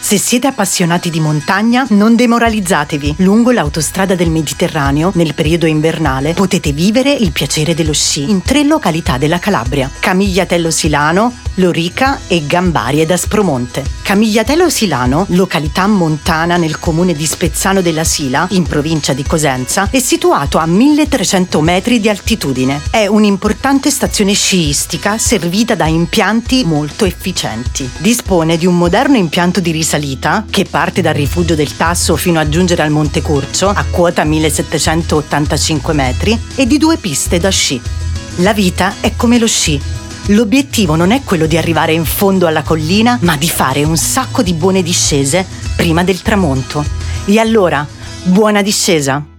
Se siete appassionati di montagna, non demoralizzatevi. Lungo l'autostrada del Mediterraneo, nel periodo invernale, potete vivere il piacere dello sci in 3 località della Calabria: Camigliatello Silano, Lorica e Gambari ed Aspromonte. Camigliatello Silano, località montana nel comune di Spezzano della Sila, in provincia di Cosenza, è situato a 1300 metri di altitudine. È un'importante stazione sciistica servita da impianti molto efficienti. Dispone di un moderno impianto di risalita che parte dal rifugio del Tasso fino a giungere al Monte Curcio, a quota 1785 metri, e di 2 piste da sci. La vita è come lo sci. L'obiettivo non è quello di arrivare in fondo alla collina, ma di fare un sacco di buone discese prima del tramonto. E allora, buona discesa!